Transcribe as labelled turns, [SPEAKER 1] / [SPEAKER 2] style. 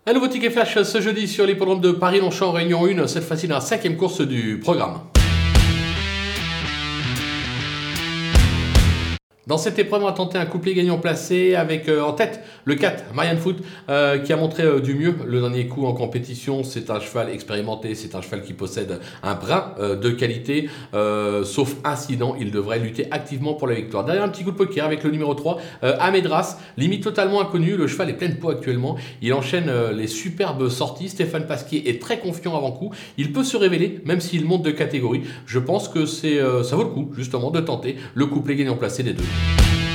[SPEAKER 1] Un nouveau ticket flash ce jeudi sur l'hippodrome de Paris-Longchamp, Réunion 1, cette fois-ci dans la 5e course du programme. Dans cette épreuve, on va tenter un couplet gagnant placé avec en tête le 4, Marianne Foot, qui a montré du mieux le dernier coup en compétition. C'est un cheval expérimenté, c'est un cheval qui possède un brin de qualité. Sauf incident, il devrait lutter activement pour la victoire. Derrière un petit coup de poker avec le numéro 3, Amedras, limite totalement inconnu. Le cheval est plein de peau actuellement. Il enchaîne les superbes sorties. Stéphane Pasquier est très confiant avant coup. Il peut se révéler, même s'il monte de catégorie. Je pense que ça vaut le coup, justement, de tenter le couplet gagnant placé des deux.